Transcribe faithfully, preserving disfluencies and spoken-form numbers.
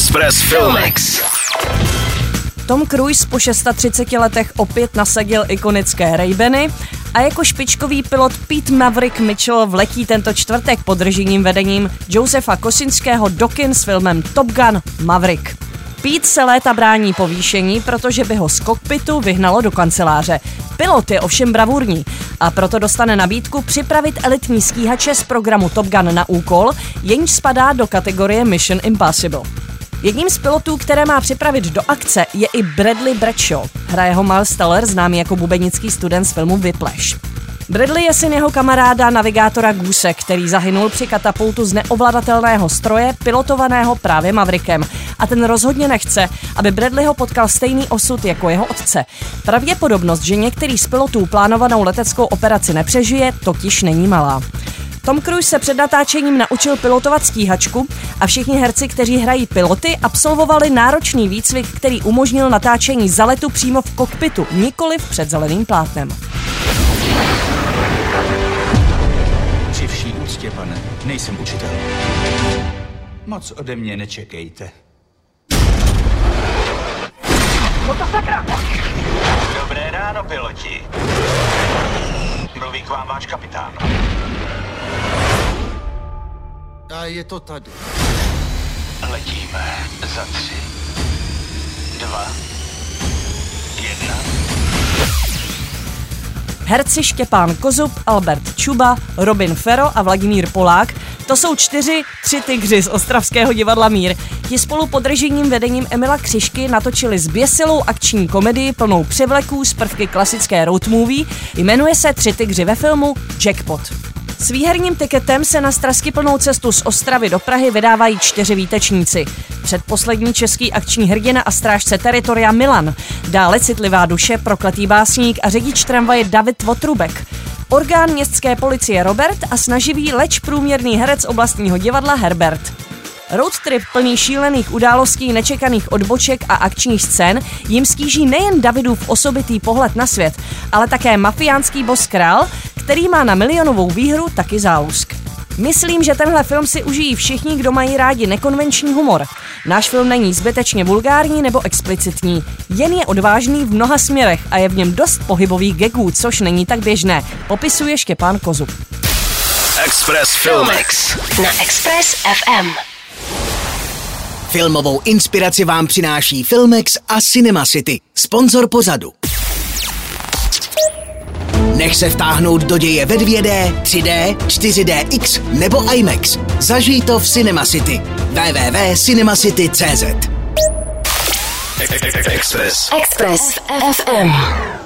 Express Filmex. Tom Cruise po třiceti šesti letech opět nasadil ikonické Ray-Bany a jako špičkový pilot Pete Maverick Mitchell vletí tento čtvrtek pod režijním vedením Josefa Kosinského do kin s filmem Top Gun Maverick. Pete se léta brání povýšení, protože by ho z kokpitu vyhnalo do kanceláře. Pilot je ovšem bravurní a proto dostane nabídku připravit elitní stíhače z programu Top Gun na úkol, jenž spadá do kategorie Mission Impossible. Jedním z pilotů, které má připravit do akce, je i Bradley Bradshaw. Hraje ho Miles Teller, známý jako bubenický student z filmu Whiplash. Bradley je syn jeho kamaráda navigátora Goose, který zahynul při katapultu z neovladatelného stroje, pilotovaného právě Maverickem. A ten rozhodně nechce, aby Bradleyho potkal stejný osud jako jeho otce. Pravděpodobnost, že některý z pilotů plánovanou leteckou operaci nepřežije, totiž není malá. Tom Cruise se před natáčením naučil pilotovat stíhačku a všichni herci, kteří hrají piloty, absolvovali náročný výcvik, který umožnil natáčení za letu přímo v kokpitu, nikoliv před zeleným plátnem. Při vší úctě, pane, nejsem učitel. Moc ode mě nečekejte. Co to sakra? Dobré ráno, piloti. Mluví k vám váš kapitán. A je to tady. Letíme za tři, dva, jedna. Herci Štěpán Kozub, Albert Čuba, Robin Fero a Vladimír Polák, to jsou čtyři tři tygři z ostravského divadla Mír. Ti spolu pod režijním vedením Emila Křižky natočili zběsilou akční komedii plnou převleků z prvky klasické road movie, jmenuje se Tři tygři ve filmu Jackpot. S výherním tiketem se na straskiplnou cestu z Ostravy do Prahy vydávají čtyři výtečníci. Předposlední český akční hrdina a strážce teritoria Milan, dále citlivá duše, prokletý básník a řidič tramvaje David Votrubek, orgán městské policie Robert a snaživý, leč průměrný herec oblastního divadla Herbert. Road trip plný šílených událostí, nečekaných odboček a akčních scén jim stíží nejen Davidův osobitý pohled na svět, ale také mafiánský boss Král, který má na milionovou výhru taky zálusk. Myslím, že tenhle film si užijí všichni, kdo mají rádi nekonvenční humor. Náš film není zbytečně vulgární nebo explicitní, jen je odvážný v mnoha směrech a je v něm dost pohybových gagů, což není tak běžné, popisuje Štěpán Kozub. Express Filmex na Express F M. Filmovou inspiraci vám přináší Filmex a Cinema City, sponzor pořadu. Nech se vtáhnout do děje ve dvě dé, tři dé, čtyři dé X nebo IMAX. Zažij to v Cinema City. w w w tečka cinemacity tečka cz Express Express F M.